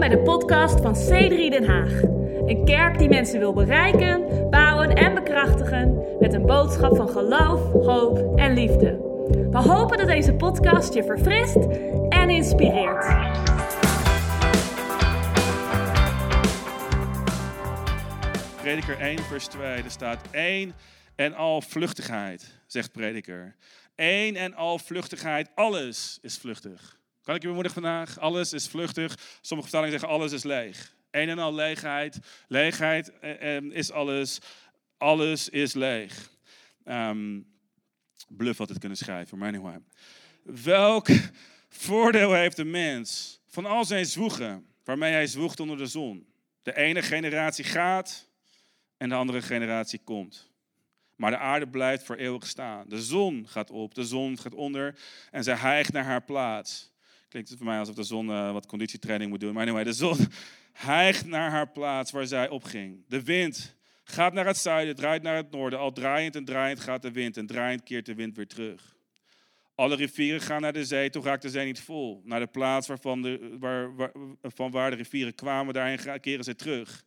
bij de podcast van C3 Den Haag. Een kerk die mensen wil bereiken, bouwen en bekrachtigen met een boodschap van geloof, hoop en liefde. We hopen dat deze podcast je verfrist en inspireert. Prediker 1 vers 2, er staat: één en al vluchtigheid, zegt prediker. Eén en al vluchtigheid, alles is vluchtig. Kan ik je bemoedigen vandaag? Alles is vluchtig. Sommige vertalingen zeggen alles is leeg. Eén en al leegheid. Leegheid is alles. Alles is leeg. Bluff had het kunnen schrijven, maar anyway. Welk voordeel heeft de mens van al zijn zwoegen waarmee hij zwoegt onder de zon? De ene generatie gaat en de andere generatie komt. Maar de aarde blijft voor eeuwig staan. De zon gaat op, de zon gaat onder en zij hijgt naar haar plaats. Klinkt het voor mij alsof de zon wat conditietraining moet doen. Maar anyway, de zon hijgt naar haar plaats waar zij opging. De wind gaat naar het zuiden, draait naar het noorden. Al draaiend en draaiend gaat de wind en draaiend keert de wind weer terug. Alle rivieren gaan naar de zee, toch raakt de zee niet vol. Naar de plaats van waar de rivieren kwamen, daarheen keren ze terug.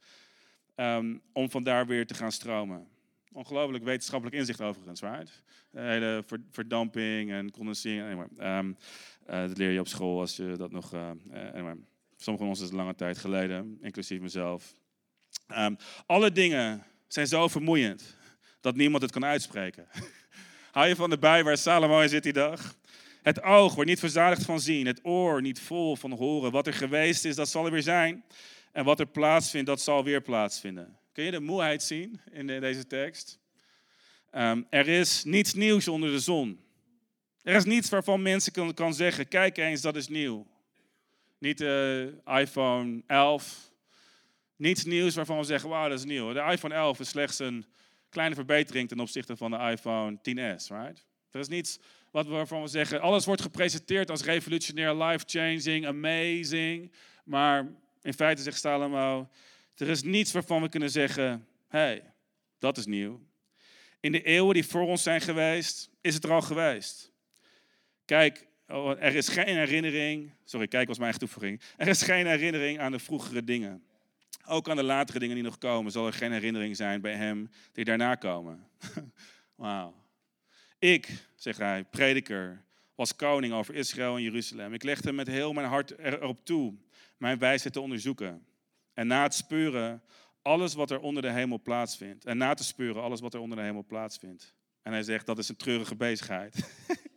Om vandaar weer te gaan stromen. Ongelooflijk wetenschappelijk inzicht overigens, right? De hele verdamping en condensering. Anyway, dat leer je op school als je dat nog... anyway. Sommigen van ons is het lange tijd geleden, inclusief mezelf. Alle dingen zijn zo vermoeiend dat niemand het kan uitspreken. Hou je van de bij waar Salomo in zit die dag? Het oog wordt niet verzadigd van zien, het oor niet vol van horen. Wat er geweest is, dat zal er weer zijn. En wat er plaatsvindt, dat zal weer plaatsvinden. Kun je de moeheid zien in deze tekst? Er is niets nieuws onder de zon. Er is niets waarvan mensen kan zeggen, kijk eens, dat is nieuw. Niet de iPhone 11. Niets nieuws waarvan we zeggen, wauw, dat is nieuw. De iPhone 11 is slechts een kleine verbetering ten opzichte van de iPhone 10s, right? Er is niets waarvan we zeggen, alles wordt gepresenteerd als revolutionair, life-changing, amazing. Maar in feite zegt Salomo, er is niets waarvan we kunnen zeggen, hey, dat is nieuw. In de eeuwen die voor ons zijn geweest, is het er al geweest. Kijk, er is geen herinnering, kijk was mijn eigen toevoeging. Er is geen herinnering aan de vroegere dingen. Ook aan de latere dingen die nog komen, zal er geen herinnering zijn bij hem die daarna komen. Wauw. Ik, zegt hij, prediker, was koning over Israël en Jeruzalem. Ik legde met heel mijn hart erop toe mijn wijsheid te onderzoeken. En na het speuren alles wat er onder de hemel plaatsvindt. En na te speuren alles wat er onder de hemel plaatsvindt. En hij zegt, dat is een treurige bezigheid.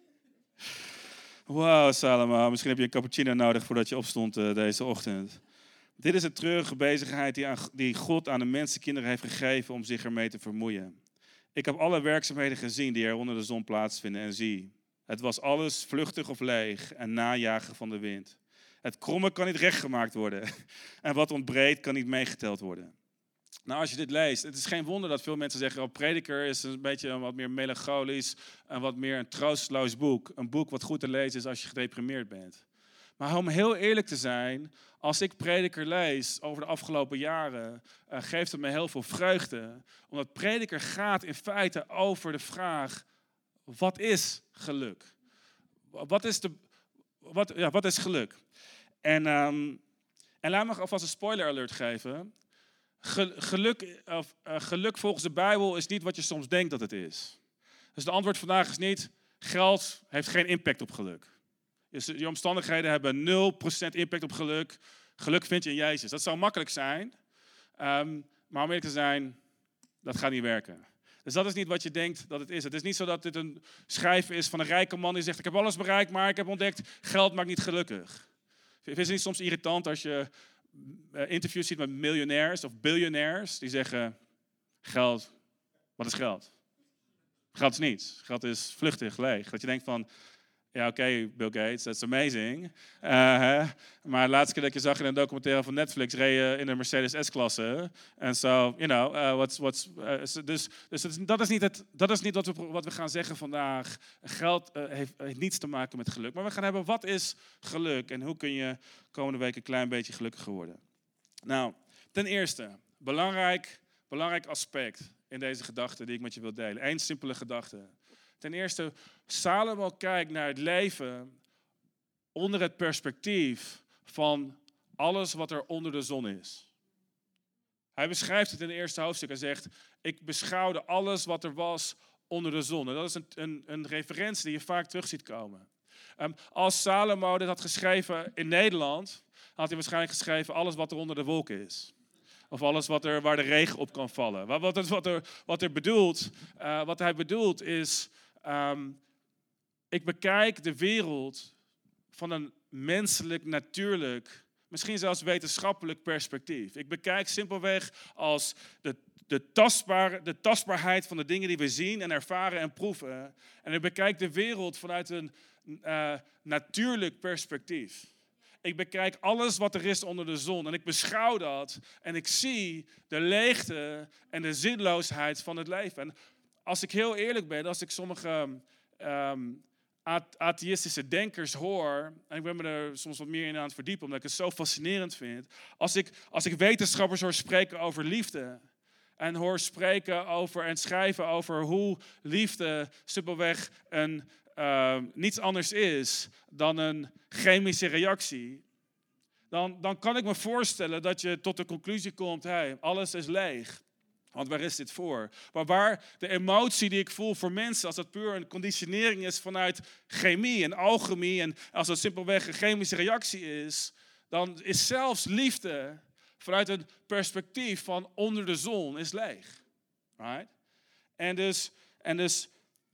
Wow, Salomo, misschien heb je een cappuccino nodig voordat je opstond deze ochtend. Dit is een treurige bezigheid die God aan de mensenkinderen heeft gegeven om zich ermee te vermoeien. Ik heb alle werkzaamheden gezien die er onder de zon plaatsvinden en zie. Het was alles vluchtig of leeg en najagen van de wind. Het kromme kan niet rechtgemaakt worden. En wat ontbreekt kan niet meegeteld worden. Nou, als je dit leest, het is geen wonder dat veel mensen zeggen, oh, prediker is een beetje wat meer melancholisch en wat meer een troosteloos boek. Een boek wat goed te lezen is als je gedeprimeerd bent. Maar om heel eerlijk te zijn, als ik prediker lees over de afgelopen jaren, geeft het me heel veel vreugde. Omdat prediker gaat in feite over de vraag, wat is geluk? Wat is geluk? En laat me alvast een spoiler alert geven. Geluk volgens de Bijbel is niet wat je soms denkt dat het is. Dus de antwoord vandaag is niet, geld heeft geen impact op geluk. Je omstandigheden hebben 0% impact op geluk. Geluk vind je in Jezus. Dat zou makkelijk zijn. Maar om eerlijk te zijn, dat gaat niet werken. Dus dat is niet wat je denkt dat het is. Het is niet zo dat dit een schrijven is van een rijke man die zegt, ik heb alles bereikt, maar ik heb ontdekt, geld maakt niet gelukkig. Vind je het niet soms irritant als je interviews ziet met miljonairs of biljonairs die zeggen, geld, wat is geld? Geld is niets. Geld is vluchtig, leeg. Dat je denkt van, ja oké, Bill Gates, that's amazing. Maar de laatste keer dat je zag in een documentaire van Netflix, reed je in een Mercedes S-klasse. En zo, dus dat is niet wat we gaan zeggen vandaag. Geld heeft niets te maken met geluk. Maar we gaan hebben, wat is geluk? En hoe kun je komende week een klein beetje gelukkiger worden? Nou, ten eerste, belangrijk aspect in deze gedachte die ik met je wil delen. Eén simpele gedachte. Ten eerste, Salomo kijkt naar het leven onder het perspectief van alles wat er onder de zon is. Hij beschrijft het in het eerste hoofdstuk. Hij zegt, ik beschouwde alles wat er was onder de zon. En dat is een referentie die je vaak terug ziet komen. Als Salomo dit had geschreven in Nederland, had hij waarschijnlijk geschreven alles wat er onder de wolken is. Of alles waar de regen op kan vallen. Wat hij bedoelt is, ik bekijk de wereld van een menselijk, natuurlijk, misschien zelfs wetenschappelijk perspectief. Ik bekijk simpelweg als de tastbaarheid van de dingen die we zien en ervaren en proeven. En ik bekijk de wereld vanuit een natuurlijk perspectief. Ik bekijk alles wat er is onder de zon en ik beschouw dat en ik zie de leegte en de zinloosheid van het leven. En als ik heel eerlijk ben, als ik sommige atheïstische denkers hoor, en ik ben me er soms wat meer in aan het verdiepen, omdat ik het zo fascinerend vind. Als ik wetenschappers hoor spreken over liefde en hoor spreken over en schrijven over hoe liefde simpelweg niets anders is dan een chemische reactie, dan kan ik me voorstellen dat je tot de conclusie komt, hey, alles is leeg. Want waar is dit voor? Maar waar de emotie die ik voel voor mensen, als dat puur een conditionering is vanuit chemie en alchemie, en als dat simpelweg een chemische reactie is, dan is zelfs liefde vanuit een perspectief van onder de zon is leeg. Right? En dus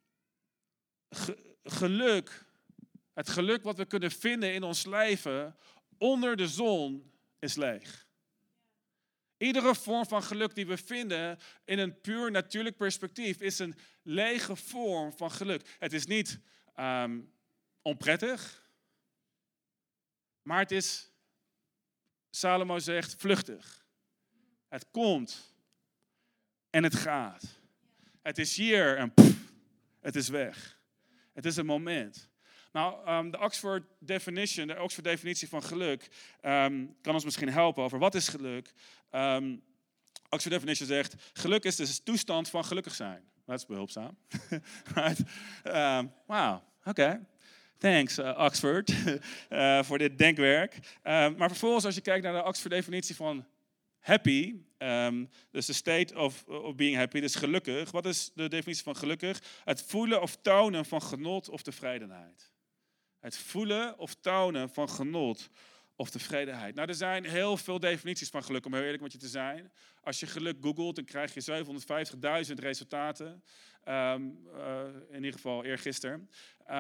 geluk, het geluk wat we kunnen vinden in ons leven onder de zon is leeg. Iedere vorm van geluk die we vinden in een puur natuurlijk perspectief is een lege vorm van geluk. Het is niet onprettig, maar het is, Salomo zegt, vluchtig. Het komt en het gaat. Het is hier en het is weg. Het is een moment. Nou, de Oxford definitie van geluk kan ons misschien helpen over wat is geluk. Oxford definition zegt, geluk is de toestand van gelukkig zijn. Dat is behulpzaam. Right? Wow, oké. Thanks Oxford voor dit denkwerk. Maar vervolgens als je kijkt naar de Oxford definitie van happy, dus de state of being happy, dus gelukkig. Wat is de definitie van gelukkig? Het voelen of tonen van genot of tevredenheid. Het voelen of tonen van genot of tevredenheid. Nou, er zijn heel veel definities van geluk, om heel eerlijk met je te zijn. Als je geluk googelt, dan krijg je 750.000 resultaten. In ieder geval eergisteren.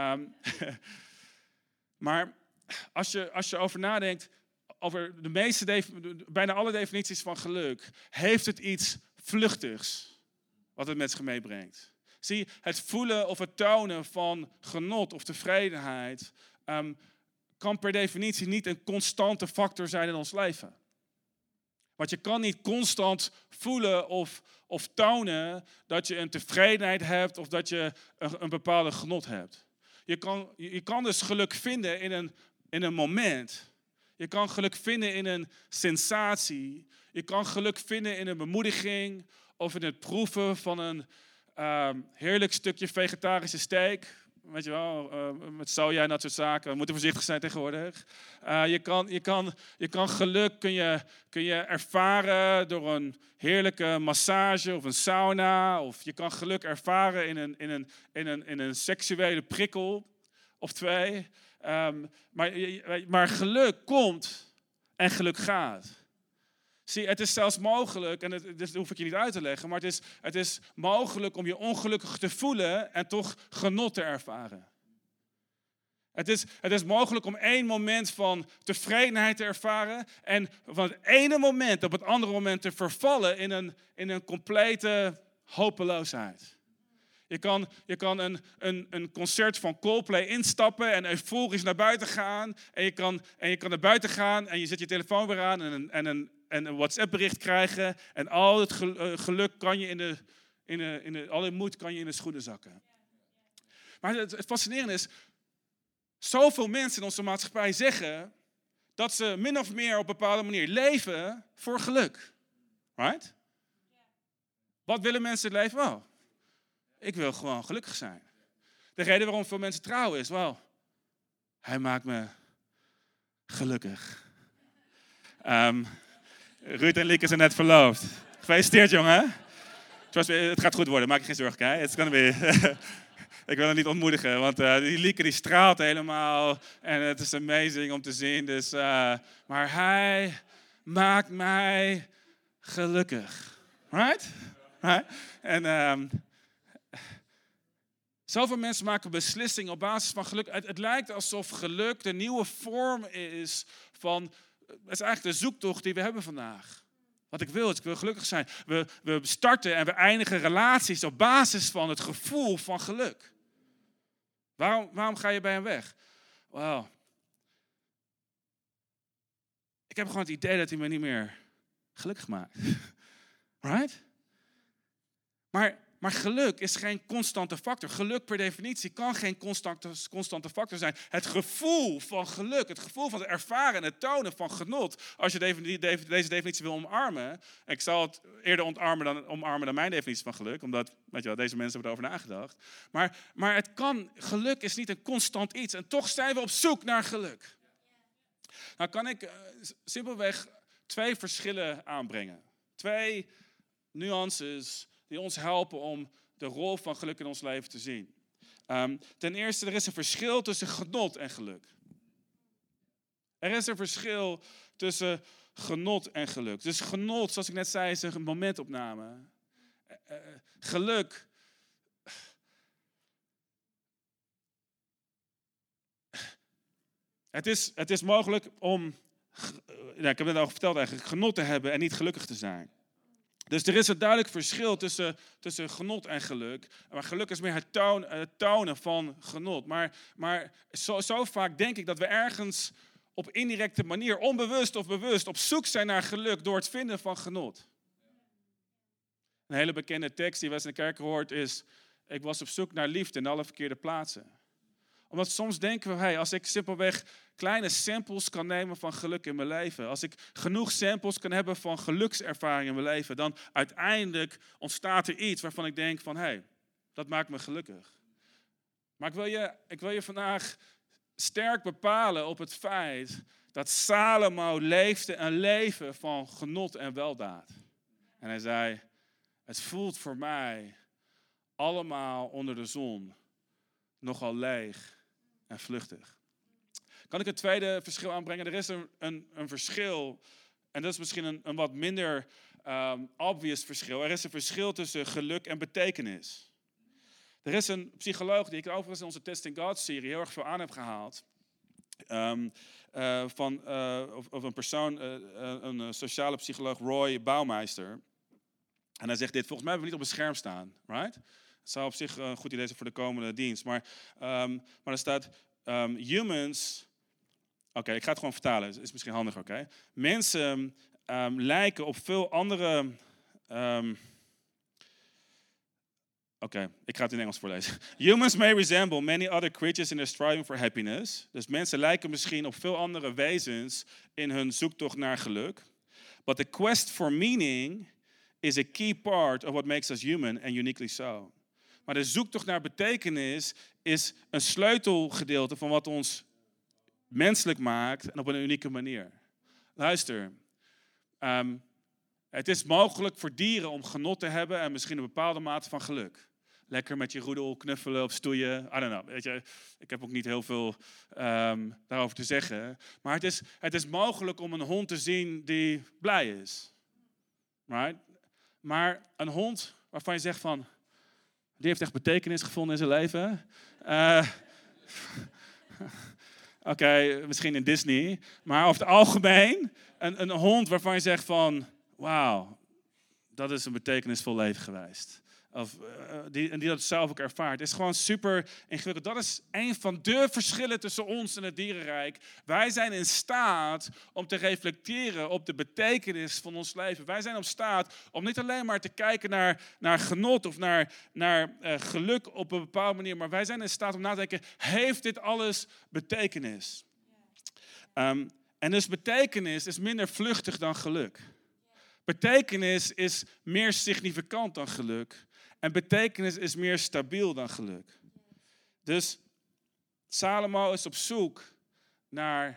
Maar als je over nadenkt, over bijna alle definities van geluk, heeft het iets vluchtigs wat het met zich meebrengt. Zie, het voelen of het tonen van genot of tevredenheid kan per definitie niet een constante factor zijn in ons leven. Want je kan niet constant voelen of tonen dat je een tevredenheid hebt of dat je een bepaalde genot hebt. Je kan dus geluk vinden in een moment. Je kan geluk vinden in een sensatie. Je kan geluk vinden in een bemoediging of in het proeven van een heerlijk stukje vegetarische steak. Weet je wel, met soja en dat soort zaken. We moeten voorzichtig zijn tegenwoordig. Je kan geluk kun je ervaren door een heerlijke massage of een sauna. Of je kan geluk ervaren in een seksuele prikkel of twee. Maar geluk komt en geluk gaat. Zie, het is zelfs mogelijk, en dat hoef ik je niet uit te leggen, maar het is mogelijk om je ongelukkig te voelen en toch genot te ervaren. Het is mogelijk om één moment van tevredenheid te ervaren en van het ene moment op het andere moment te vervallen in een complete hopeloosheid. Je kan een concert van Coldplay instappen en euforisch naar buiten gaan. En je kan naar buiten gaan en je zet je telefoon weer aan en een WhatsApp-bericht krijgen. En al het geluk kan je alle moed kan je in de schoenen zakken. Maar het fascinerende is, zoveel mensen in onze maatschappij zeggen dat ze min of meer op een bepaalde manier leven voor geluk. Right? Wat willen mensen in het leven? Oh, ik wil gewoon gelukkig zijn. De reden waarom veel mensen trouwen is, hij maakt me gelukkig. Ruud en Lieke zijn net verloofd. Gefeliciteerd, jongen. Het gaat goed worden, maak je geen zorgen. Hè? It's gonna be... Ik wil hem niet ontmoedigen, want die Lieke die straalt helemaal. En het is amazing om te zien. Dus, maar hij maakt mij gelukkig. Right? En zoveel mensen maken beslissingen op basis van geluk. Het lijkt alsof geluk de nieuwe vorm is van... Het is eigenlijk de zoektocht die we hebben vandaag. Wat ik wil is, ik wil gelukkig zijn. We starten en we eindigen relaties op basis van het gevoel van geluk. Waarom ga je bij hem weg? Well, ik heb gewoon het idee dat hij me niet meer gelukkig maakt. Right? Maar geluk is geen constante factor. Geluk per definitie kan geen constante factor zijn. Het gevoel van geluk, het gevoel van het ervaren en het tonen van genot. Als je deze definitie wil omarmen. Ik zal het eerder omarmen dan mijn definitie van geluk. Omdat, weet je wel, deze mensen hebben erover nagedacht. Maar geluk is niet een constant iets. En toch zijn we op zoek naar geluk. Nou kan ik simpelweg 2 verschillen aanbrengen. 2 nuances die ons helpen om de rol van geluk in ons leven te zien. Ten eerste, er is een verschil tussen genot en geluk. Er is een verschil tussen genot en geluk. Dus genot, zoals ik net zei, is een momentopname. Geluk... Het is mogelijk om, ik heb het al verteld eigenlijk, genot te hebben en niet gelukkig te zijn. Dus er is een duidelijk verschil tussen genot en geluk. Maar geluk is meer het tonen van genot. Maar zo vaak denk ik dat we ergens op indirecte manier, onbewust of bewust, op zoek zijn naar geluk door het vinden van genot. Een hele bekende tekst die we in de kerk gehoord is: ik was op zoek naar liefde in alle verkeerde plaatsen. Omdat soms denken we, als ik simpelweg kleine samples kan nemen van geluk in mijn leven. Als ik genoeg samples kan hebben van gelukservaring in mijn leven. Dan uiteindelijk ontstaat er iets waarvan ik denk van, dat maakt me gelukkig. Maar ik wil je vandaag sterk bepalen op het feit dat Salomo leefde een leven van genot en weldaad. En hij zei, het voelt voor mij allemaal onder de zon nogal leeg en vluchtig. Kan ik het tweede verschil aanbrengen? Er is een verschil, en dat is misschien een wat minder obvious verschil. Er is een verschil tussen geluk en betekenis. Er is een psycholoog die ik overigens in onze Testing God-serie heel erg veel aan heb gehaald. Of een persoon, een sociale psycholoog, Roy Baumeister. En hij zegt dit, volgens mij hebben we niet op het scherm staan, right? Het zou op zich een goed idee zijn voor de komende dienst. Maar er staat, humans... Oké, ik ga het gewoon vertalen. Het is misschien handig, oké? Mensen lijken op veel andere... ik ga het in Engels voorlezen. Humans may resemble many other creatures in their striving for happiness. Dus mensen lijken misschien op veel andere wezens in hun zoektocht naar geluk. But the quest for meaning is a key part of what makes us human and uniquely so. Maar de zoektocht naar betekenis is een sleutelgedeelte van wat ons menselijk maakt en op een unieke manier. Luister, het is mogelijk voor dieren om genot te hebben en misschien een bepaalde mate van geluk. Lekker met je roedel knuffelen of stoeien, I don't know. Weet je, ik heb ook niet heel veel daarover te zeggen. Maar het is mogelijk om een hond te zien die blij is. Right? Maar een hond waarvan je zegt van, die heeft echt betekenis gevonden in zijn leven. Oké, misschien in Disney. Maar over het algemeen, een hond waarvan je zegt van, wauw, dat is een betekenisvol leven geweest. Die dat zelf ook ervaart. Het is gewoon super ingewikkeld. Dat is een van de verschillen tussen ons en het dierenrijk. Wij zijn in staat om te reflecteren op de betekenis van ons leven. Wij zijn in staat om niet alleen maar te kijken naar genot of naar geluk op een bepaalde manier. Maar wij zijn in staat om na te denken, heeft dit alles betekenis? En dus betekenis is minder vluchtig dan geluk. Betekenis is meer significant dan geluk. En betekenis is meer stabiel dan geluk. Dus Salomo is op zoek naar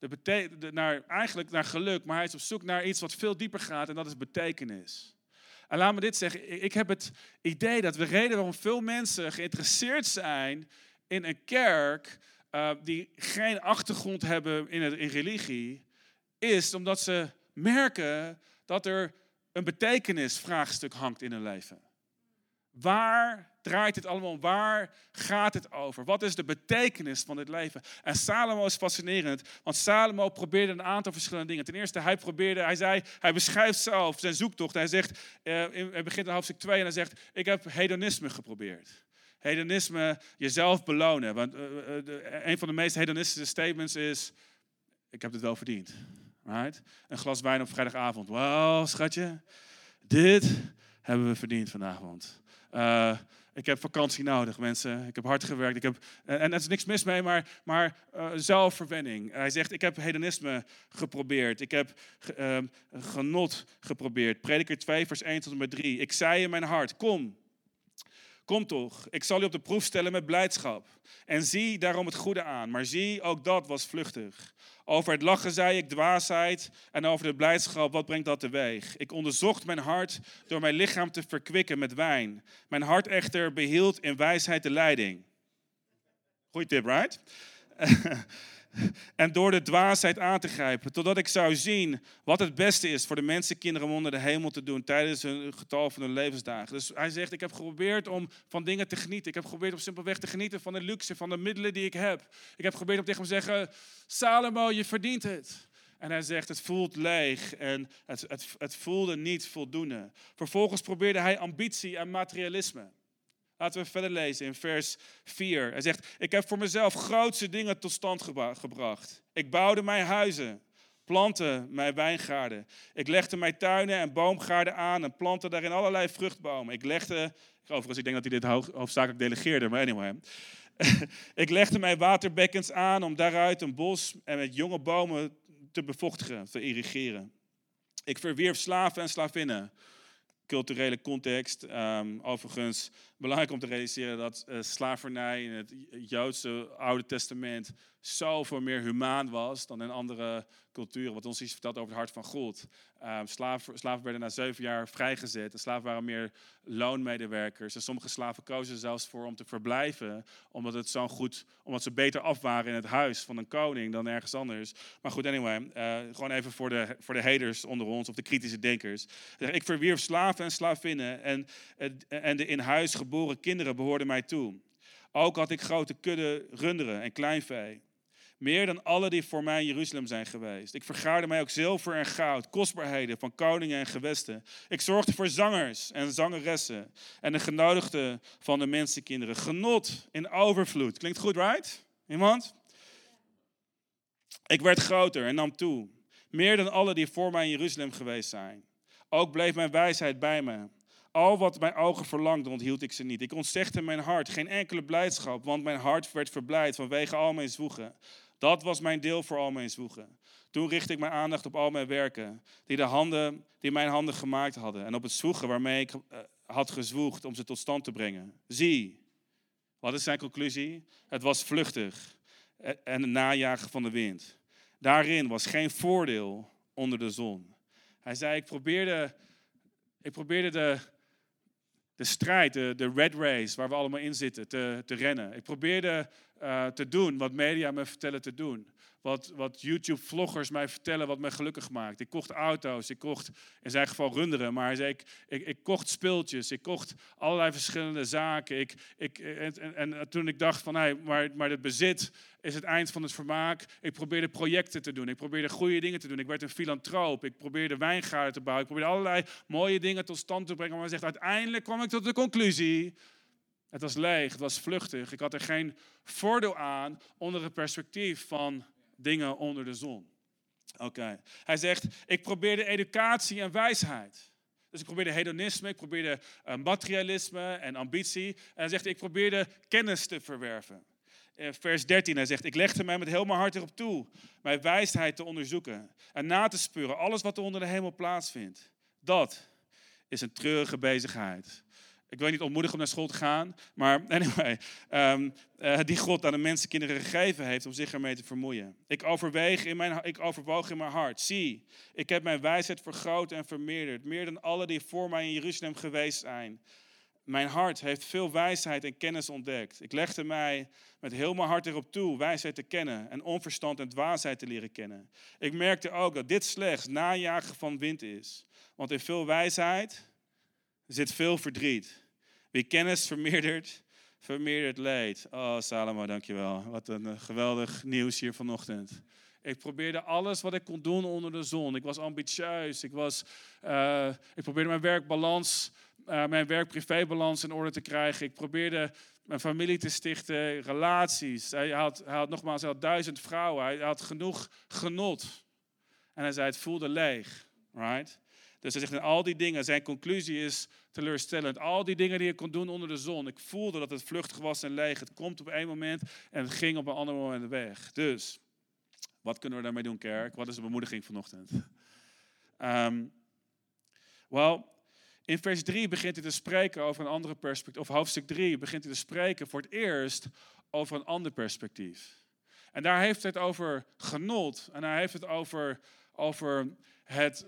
eigenlijk naar geluk, maar hij is op zoek naar iets wat veel dieper gaat en dat is betekenis. En laat me dit zeggen, ik heb het idee dat de reden waarom veel mensen geïnteresseerd zijn in een kerk die geen achtergrond hebben in religie, is omdat ze merken dat er een betekenisvraagstuk hangt in hun leven. Waar draait het allemaal om? Waar gaat het over? Wat is de betekenis van dit leven? En Salomo is fascinerend, want Salomo probeerde een aantal verschillende dingen. Ten eerste, hij beschrijft zelf zijn zoektocht. Hij zegt, hij begint in hoofdstuk 2 en hij zegt, ik heb hedonisme geprobeerd. Hedonisme, jezelf belonen. Want een van de meest hedonistische statements is, ik heb het wel verdiend. Right? Een glas wijn op vrijdagavond. Wow, schatje, dit hebben we verdiend vanavond. Ik heb vakantie nodig, mensen. Ik heb hard gewerkt. En er is niks mis mee, maar zelfverwenning. Hij zegt, ik heb hedonisme geprobeerd. Ik heb genot geprobeerd. Prediker 2, vers 1 tot en met 3. Ik zei in mijn hart, kom toch, ik zal u op de proef stellen met blijdschap. En zie daarom het goede aan. Maar zie, ook dat was vluchtig. Over het lachen zei ik dwaasheid en over de blijdschap, wat brengt dat teweeg? Ik onderzocht mijn hart door mijn lichaam te verkwikken met wijn. Mijn hart echter behield in wijsheid de leiding. Goeie tip, right? En door de dwaasheid aan te grijpen, totdat ik zou zien wat het beste is voor de mensenkinderen om onder de hemel te doen tijdens hun getal van hun levensdagen. Dus hij zegt, ik heb geprobeerd om van dingen te genieten. Ik heb geprobeerd om simpelweg te genieten van de luxe, van de middelen die ik heb. Ik heb geprobeerd om tegen hem te zeggen, Salomo, je verdient het. En hij zegt, het voelt leeg en het voelde niet voldoende. Vervolgens probeerde hij ambitie en materialisme. Laten we verder lezen in vers 4. Hij zegt, ik heb voor mezelf grootse dingen tot stand gebracht. Ik bouwde mijn huizen, plantte mijn wijngaarden. Ik legde mijn tuinen en boomgaarden aan en plantte daarin allerlei vruchtbomen. Ik denk dat hij dit hoofdzakelijk delegeerde, maar anyway. Ik legde mijn waterbekkens aan om daaruit een bos en met jonge bomen te bevochtigen, te irrigeren. Ik verwierf slaven en slavinnen. Culturele context. Overigens, belangrijk om te realiseren dat slavernij in het Joodse Oude Testament zoveel meer humaan was dan in andere culturen. Wat ons iets vertelt over het hart van God. Slaven werden na 7 jaar vrijgezet. De slaven waren meer loonmedewerkers. En sommige slaven kozen zelfs voor om te verblijven, omdat ze beter af waren in het huis van een koning dan ergens anders. Maar goed, anyway, gewoon even voor de haters onder ons of de kritische denkers. Ik verwierf slaven en slavinnen en de in huis geboren kinderen behoorden mij toe. Ook had ik grote kudde runderen en kleinvee. Meer dan alle die voor mij in Jeruzalem zijn geweest. Ik vergaarde mij ook zilver en goud, kostbaarheden van koningen en gewesten. Ik zorgde voor zangers en zangeressen en de genodigden van de mensenkinderen. Genot in overvloed. Klinkt goed, right? Iemand? Ik werd groter en nam toe. Meer dan alle die voor mij in Jeruzalem geweest zijn. Ook bleef mijn wijsheid bij me. Al wat mijn ogen verlangden, onthield ik ze niet. Ik ontzegde mijn hart, geen enkele blijdschap, want mijn hart werd verblijd vanwege al mijn zwoegen. Dat was mijn deel voor al mijn zwoegen. Toen richtte ik mijn aandacht op al mijn werken, die mijn handen gemaakt hadden. En op het zwoegen waarmee ik had gezwoegd om ze tot stand te brengen. Zie, wat is zijn conclusie? Het was vluchtig en het najagen van de wind. Daarin was geen voordeel onder de zon. Hij zei, ik probeerde de strijd, de red race waar we allemaal in zitten, te rennen. Ik probeerde te doen wat media me vertellen te doen. Wat YouTube-vloggers mij vertellen wat mij gelukkig maakt. Ik kocht auto's, ik kocht in zijn geval runderen, maar hij zei, ik kocht speeltjes, ik kocht allerlei verschillende zaken. En toen ik dacht van, maar het bezit is het eind van het vermaak. Ik probeerde projecten te doen, ik probeerde goede dingen te doen. Ik werd een filantroop, ik probeerde wijngaarden te bouwen. Ik probeerde allerlei mooie dingen tot stand te brengen. Maar hij zegt, uiteindelijk kwam ik tot de conclusie, het was leeg, het was vluchtig. Ik had er geen voordeel aan onder het perspectief van dingen onder de zon. Oké. Hij zegt, ik probeerde educatie en wijsheid. Dus ik probeerde hedonisme, ik probeerde materialisme en ambitie. En hij zegt, ik probeerde kennis te verwerven. Vers 13, hij zegt, ik legde mij met heel mijn hart erop toe, mijn wijsheid te onderzoeken en na te speuren, alles wat er onder de hemel plaatsvindt. Dat is een treurige bezigheid. Ik wil je niet ontmoedigen om naar school te gaan. Maar anyway, die God aan de mensenkinderen gegeven heeft om zich ermee te vermoeien. Ik overwoog in mijn hart. Zie, ik heb mijn wijsheid vergroot en vermeerderd. Meer dan alle die voor mij in Jeruzalem geweest zijn. Mijn hart heeft veel wijsheid en kennis ontdekt. Ik legde mij met heel mijn hart erop toe wijsheid te kennen en onverstand en dwaasheid te leren kennen. Ik merkte ook dat dit slechts najagen van wind is. Want in veel wijsheid zit veel verdriet. Wie kennis vermeerdert, vermeerdert leed. Oh, Salomo, dankjewel. Wat een geweldig nieuws hier vanochtend. Ik probeerde alles wat ik kon doen onder de zon. Ik was ambitieus. Ik probeerde mijn werkbalans, mijn werk-privébalans in orde te krijgen. Ik probeerde mijn familie te stichten, relaties. Hij had 1000 vrouwen. Hij had genoeg genot. En hij zei, het voelde leeg. Right? Dus hij zegt, in al die dingen, zijn conclusie is teleurstellend. Al die dingen die ik kon doen onder de zon. Ik voelde dat het vluchtig was en leeg. Het komt op één moment en het ging op een ander moment weg. Dus, wat kunnen we daarmee doen, kerk? Wat is de bemoediging vanochtend? In vers 3 begint hij te spreken over een andere perspectief. Of hoofdstuk 3 begint hij te spreken voor het eerst over een ander perspectief. En daar heeft hij het over genot. En hij heeft het over het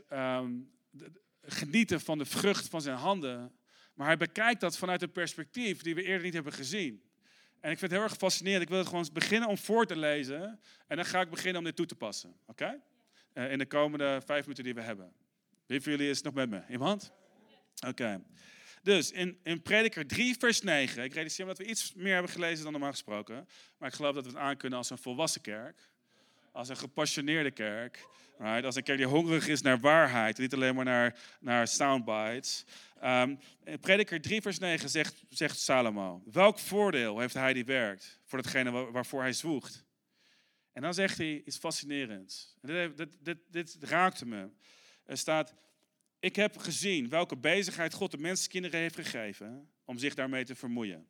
genieten van de vrucht van zijn handen. Maar hij bekijkt dat vanuit een perspectief die we eerder niet hebben gezien. En ik vind het heel erg fascinerend. Ik wil het gewoon beginnen om voor te lezen. En dan ga ik beginnen om dit toe te passen. Oké? In de komende 5 minuten die we hebben. Wie van jullie is nog met me? Iemand? Oké. Dus in Prediker 3 vers 9. Ik realiseer me dat we iets meer hebben gelezen dan normaal gesproken. Maar ik geloof dat we het aankunnen als een volwassen kerk. Als een gepassioneerde kerk. Right? Als een kerk die hongerig is naar waarheid. Niet alleen maar naar soundbites. In Prediker 3 vers 9 zegt Salomo. Welk voordeel heeft hij die werkt voor datgene waarvoor hij zwoegt? En dan zegt hij iets fascinerends. Dit raakte me. Er staat, ik heb gezien welke bezigheid God de mensenkinderen heeft gegeven om zich daarmee te vermoeien.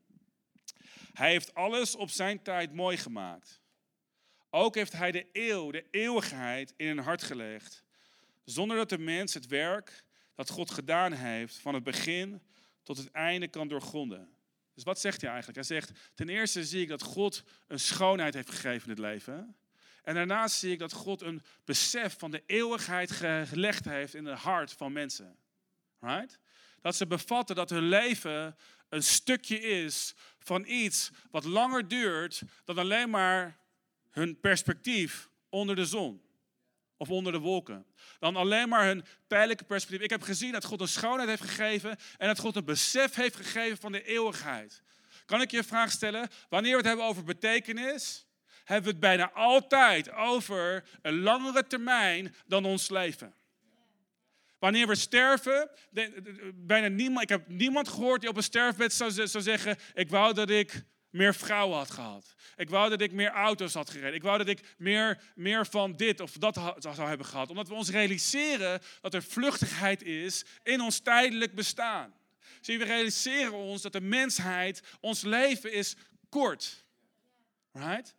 Hij heeft alles op zijn tijd mooi gemaakt. Ook heeft hij de eeuwigheid in hun hart gelegd. Zonder dat de mens het werk dat God gedaan heeft van het begin tot het einde kan doorgronden. Dus wat zegt hij eigenlijk? Hij zegt, ten eerste zie ik dat God een schoonheid heeft gegeven in het leven. En daarnaast zie ik dat God een besef van de eeuwigheid gelegd heeft in het hart van mensen. Right? Dat ze bevatten dat hun leven een stukje is van iets wat langer duurt dan alleen maar hun perspectief onder de zon. Of onder de wolken. Dan alleen maar hun tijdelijke perspectief. Ik heb gezien dat God een schoonheid heeft gegeven en dat God een besef heeft gegeven van de eeuwigheid. Kan ik je een vraag stellen? Wanneer we het hebben over betekenis, hebben we het bijna altijd over een langere termijn dan ons leven. Wanneer we sterven, bijna niemand, ik heb niemand gehoord die op een sterfbed zou zeggen, ik wou dat ik meer vrouwen had gehad. Ik wou dat ik meer auto's had gereden. Ik wou dat ik meer van dit of dat zou hebben gehad. Omdat we ons realiseren dat er vluchtigheid is in ons tijdelijk bestaan. Zie, we realiseren ons dat de mensheid, ons leven is kort. Right?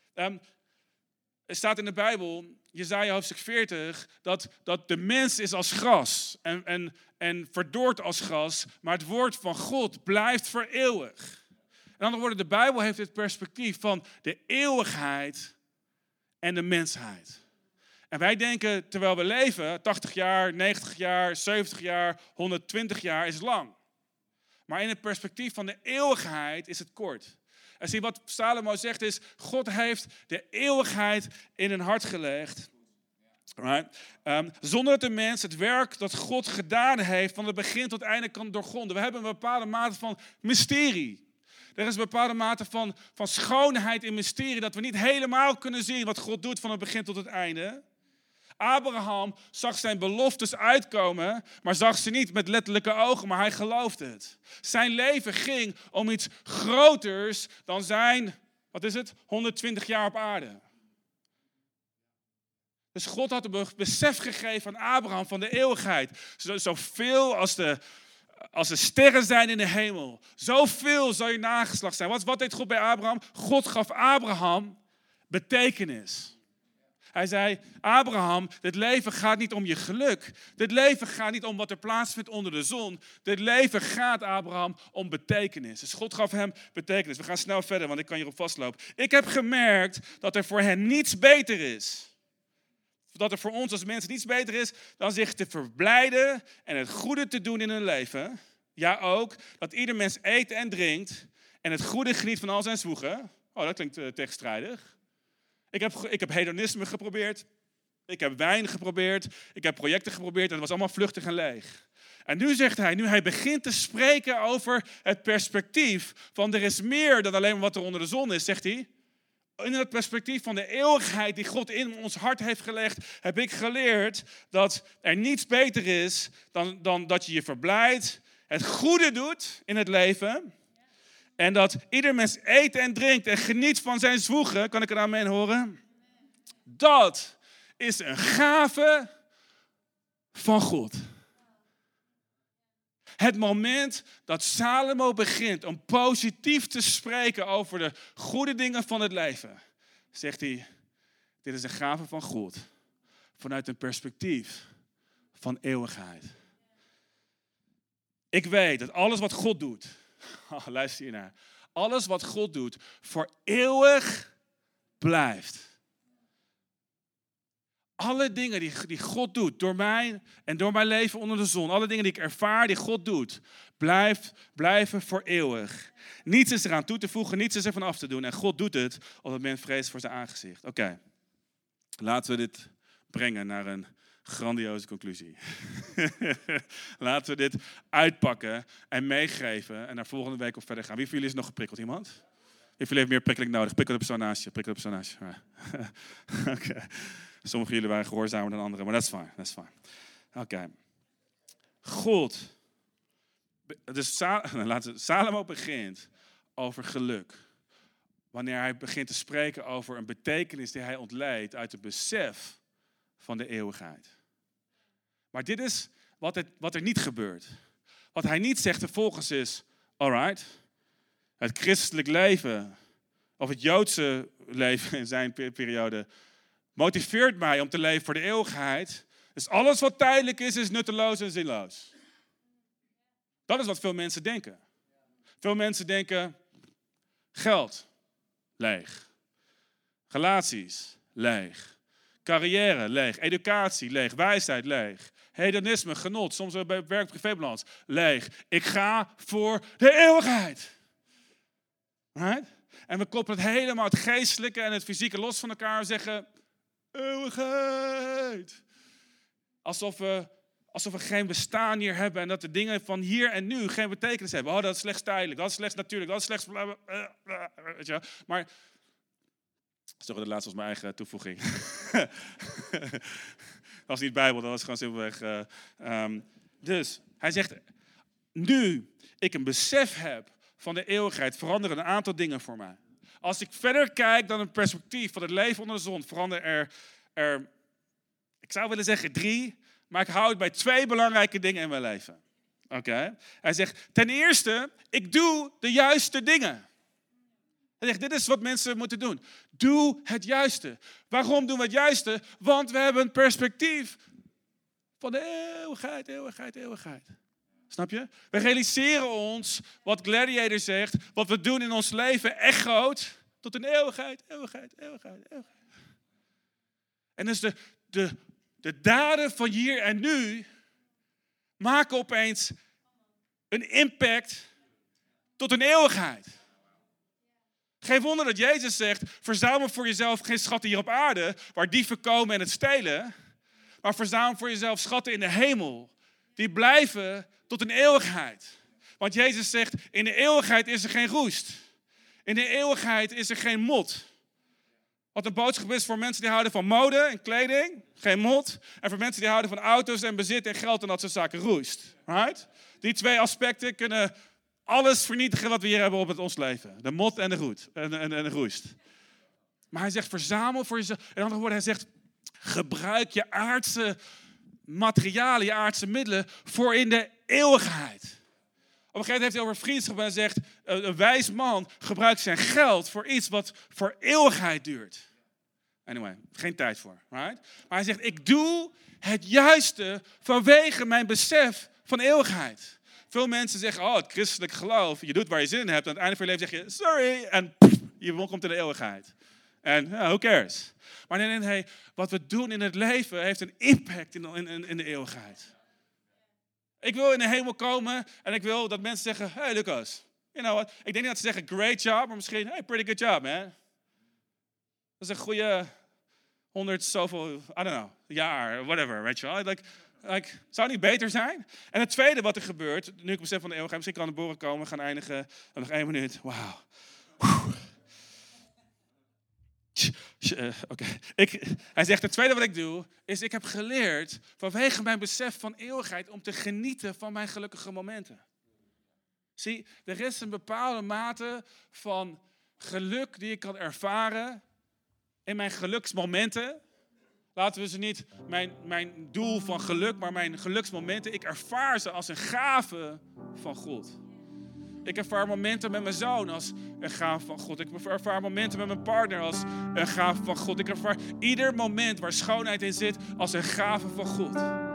Er staat in de Bijbel, Jesaja hoofdstuk 40, dat de mens is als gras en verdort als gras, maar het woord van God blijft voor eeuwig. In andere woorden, de Bijbel heeft dit perspectief van de eeuwigheid en de mensheid. En wij denken, terwijl we leven, 80 jaar, 90 jaar, 70 jaar, 120 jaar is lang. Maar in het perspectief van de eeuwigheid is het kort. En zie, wat Salomo zegt is, God heeft de eeuwigheid in hun hart gelegd. Right? Zonder dat de mens het werk dat God gedaan heeft van het begin tot het einde kan doorgronden. We hebben een bepaalde mate van mysterie. Er is een bepaalde mate van schoonheid in mysterie, dat we niet helemaal kunnen zien wat God doet van het begin tot het einde. Abraham zag zijn beloftes uitkomen, maar zag ze niet met letterlijke ogen, maar hij geloofde het. Zijn leven ging om iets groters dan zijn, 120 jaar op aarde. Dus God had een besef gegeven aan Abraham van de eeuwigheid. Zoveel als de sterren zijn in de hemel. Zoveel zal je nageslacht zijn. Wat deed God bij Abraham? God gaf Abraham betekenis. Hij zei, Abraham, dit leven gaat niet om je geluk. Dit leven gaat niet om wat er plaatsvindt onder de zon. Dit leven gaat, Abraham, om betekenis. Dus God gaf hem betekenis. We gaan snel verder, want ik kan hierop vastlopen. Ik heb gemerkt dat er voor hen niets beter is. Dat er voor ons als mensen niets beter is dan zich te verblijden en het goede te doen in hun leven. Ja, ook dat ieder mens eet en drinkt en het goede geniet van al zijn zwoegen. Oh, dat klinkt tegenstrijdig. Ik heb hedonisme geprobeerd. Ik heb wijn geprobeerd. Ik heb projecten geprobeerd en het was allemaal vluchtig en leeg. En nu zegt hij, nu hij begint te spreken over het perspectief van er is meer dan alleen wat er onder de zon is, zegt hij. In het perspectief van de eeuwigheid die God in ons hart heeft gelegd, heb ik geleerd dat er niets beter is dan dat je je verblijdt, het goede doet in het leven. En dat ieder mens eet en drinkt en geniet van zijn zwoegen. Kan ik er amen horen? Dat is een gave van God. Het moment dat Salomo begint om positief te spreken over de goede dingen van het leven, zegt hij, dit is een gave van God vanuit een perspectief van eeuwigheid. Ik weet dat alles wat God doet, luister hiernaar, alles wat God doet voor eeuwig blijft. Alle dingen die God doet door mij en door mijn leven onder de zon. Alle dingen die ik ervaar die God doet. Blijven voor eeuwig. Niets is eraan toe te voegen. Niets is ervan af te doen. En God doet het omdat men vreest voor zijn aangezicht. Oké. Laten we dit brengen naar een grandioze conclusie. Laten we dit uitpakken en meegeven. En naar volgende week op verder gaan. Wie van jullie is nog geprikkeld? Iemand? Wie van jullie heeft meer prikkeling nodig? Prikkel de persoon naast je. Oké. Sommigen van jullie waren gehoorzamer dan anderen, maar dat is fijn. Oké. God. Dus Salomo begint over geluk. Wanneer hij begint te spreken over een betekenis die hij ontleidt uit het besef van de eeuwigheid. Maar dit is wat er niet gebeurt. Wat hij niet zegt vervolgens is, alright, het christelijk leven, of het Joodse leven in zijn periode, motiveert mij om te leven voor de eeuwigheid. Dus alles wat tijdelijk is nutteloos en zinloos. Dat is wat veel mensen denken. Veel mensen denken, geld, leeg. Relaties, leeg. Carrière, leeg. Educatie, leeg. Wijsheid, leeg. Hedonisme, genot, soms bij werk-privébalans, leeg. Ik ga voor de eeuwigheid. Right? En we koppelen het helemaal het geestelijke en het fysieke los van elkaar en zeggen, eeuwigheid. Alsof we geen bestaan hier hebben en dat de dingen van hier en nu geen betekenis hebben. Oh, dat is slechts tijdelijk, dat is slechts natuurlijk, dat is slechts... Weet je wel? Maar, sorry, de laatste was mijn eigen toevoeging. Dat was niet Bijbel, dat was gewoon simpelweg... Dus, hij zegt, nu ik een besef heb van de eeuwigheid, veranderen een aantal dingen voor mij. Als ik verder kijk dan een perspectief van het leven onder de zon, veranderen er, ik zou willen zeggen 3, maar ik hou het bij 2 belangrijke dingen in mijn leven. Oké? Hij zegt, ten eerste, ik doe de juiste dingen. Hij zegt, dit is wat mensen moeten doen. Doe het juiste. Waarom doen we het juiste? Want we hebben een perspectief van de eeuwigheid. Snap je? We realiseren ons, wat Gladiator zegt, wat we doen in ons leven echoot tot een eeuwigheid. En dus de daden van hier en nu maken opeens een impact tot een eeuwigheid. Geen wonder dat Jezus zegt, verzamel voor jezelf geen schatten hier op aarde, waar dieven komen en het stelen, maar verzamel voor jezelf schatten in de hemel, die blijven tot een eeuwigheid. Want Jezus zegt, in de eeuwigheid is er geen roest. In de eeuwigheid is er geen mot. Wat een boodschap is voor mensen die houden van mode en kleding, geen mot. En voor mensen die houden van auto's en bezit en geld en dat soort zaken, roest. Right? Die 2 aspecten kunnen alles vernietigen wat we hier hebben op ons leven. De mot en de roest. Maar hij zegt, verzamel voor jezelf. In andere woorden, hij zegt, gebruik je aardse materialen, je aardse middelen voor in de eeuwigheid. Op een gegeven moment heeft hij over vriendschap en zegt, een wijs man gebruikt zijn geld voor iets wat voor eeuwigheid duurt. Anyway, geen tijd voor. Right? Maar hij zegt, ik doe het juiste vanwege mijn besef van eeuwigheid. Veel mensen zeggen, het christelijk geloof, je doet waar je zin in hebt. En aan het einde van je leven zeg je, sorry, en je komt in de eeuwigheid. En who cares? Maar nee, wat we doen in het leven heeft een impact in de eeuwigheid. Ik wil in de hemel komen en ik wil dat mensen zeggen, hey Lucas, you know what? Ik denk niet dat ze zeggen, great job, maar misschien, hey, pretty good job, man. Dat is een goede 100 zoveel, I don't know, jaar, whatever, weet je wel. Like, zou het niet beter zijn? En het tweede wat er gebeurt, nu ik besef van de eeuwigheid, misschien kan de boren komen, we gaan eindigen, nog 1 minuut, wauw. Oké. Hij zegt, het tweede wat ik doe, is ik heb geleerd vanwege mijn besef van eeuwigheid om te genieten van mijn gelukkige momenten. Zie, er is een bepaalde mate van geluk die ik kan ervaren in mijn geluksmomenten. Laten we ze niet mijn doel van geluk, maar mijn geluksmomenten. Ik ervaar ze als een gave van God. Ik ervaar momenten met mijn zoon als een gave van God. Ik ervaar momenten met mijn partner als een gave van God. Ik ervaar ieder moment waar schoonheid in zit als een gave van God.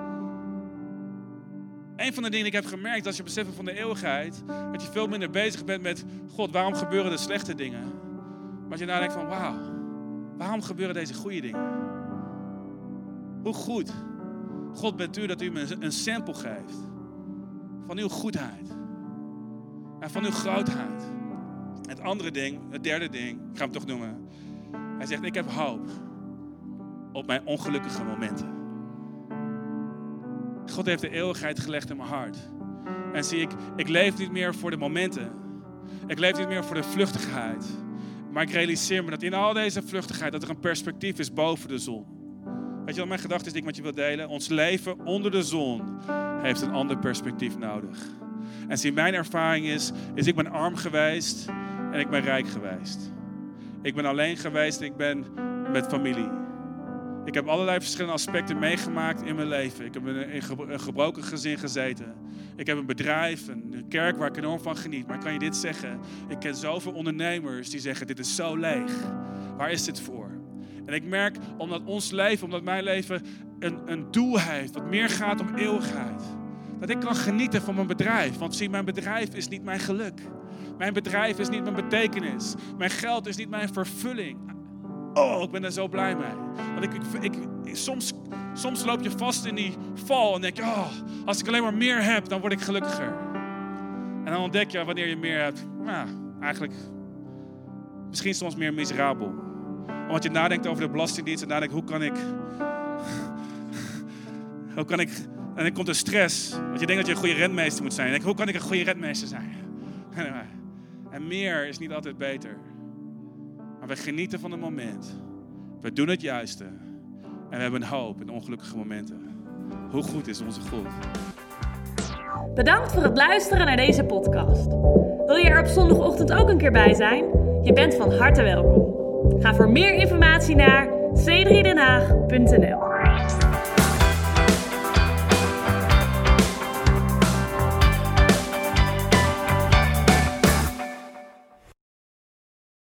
Een van de dingen die ik heb gemerkt als je beseft van de eeuwigheid, dat je veel minder bezig bent met God, waarom gebeuren de slechte dingen? Maar dat je nadenkt van, wauw, waarom gebeuren deze goede dingen? Hoe goed God bent u dat u me een sample geeft van uw goedheid. En van uw grootheid. Het andere ding, het derde ding, ik ga hem toch noemen. Hij zegt, ik heb hoop op mijn ongelukkige momenten. God heeft de eeuwigheid gelegd in mijn hart. En zie ik leef niet meer voor de momenten. Ik leef niet meer voor de vluchtigheid. Maar ik realiseer me dat in al deze vluchtigheid, dat er een perspectief is boven de zon. Weet je wat mijn gedachte is die ik met je wil delen? Ons leven onder de zon heeft een ander perspectief nodig. En zie, mijn ervaring is ik ben arm geweest en ik ben rijk geweest. Ik ben alleen geweest en ik ben met familie. Ik heb allerlei verschillende aspecten meegemaakt in mijn leven. Ik heb in een gebroken gezin gezeten. Ik heb een bedrijf, een kerk waar ik enorm van geniet. Maar kan je dit zeggen? Ik ken zoveel ondernemers die zeggen, dit is zo leeg. Waar is dit voor? En ik merk, omdat mijn leven een doel heeft, wat meer gaat om eeuwigheid. Dat ik kan genieten van mijn bedrijf. Want zie, mijn bedrijf is niet mijn geluk. Mijn bedrijf is niet mijn betekenis. Mijn geld is niet mijn vervulling. Oh, ik ben er zo blij mee. Want soms loop je vast in die val en denk je, als ik alleen maar meer heb, dan word ik gelukkiger. En dan ontdek je, wanneer je meer hebt, eigenlijk misschien soms meer miserabel. Want je nadenkt over de belastingdienst en nadenkt, hoe kan ik... En dan komt er stress. Want je denkt dat je een goede rentmeester moet zijn. Je denkt, hoe kan ik een goede rentmeester zijn? En meer is niet altijd beter. Maar we genieten van het moment. We doen het juiste. En we hebben hoop in ongelukkige momenten. Hoe goed is onze God? Bedankt voor het luisteren naar deze podcast. Wil je er op zondagochtend ook een keer bij zijn? Je bent van harte welkom. Ga voor meer informatie naar c3denhaag.nl.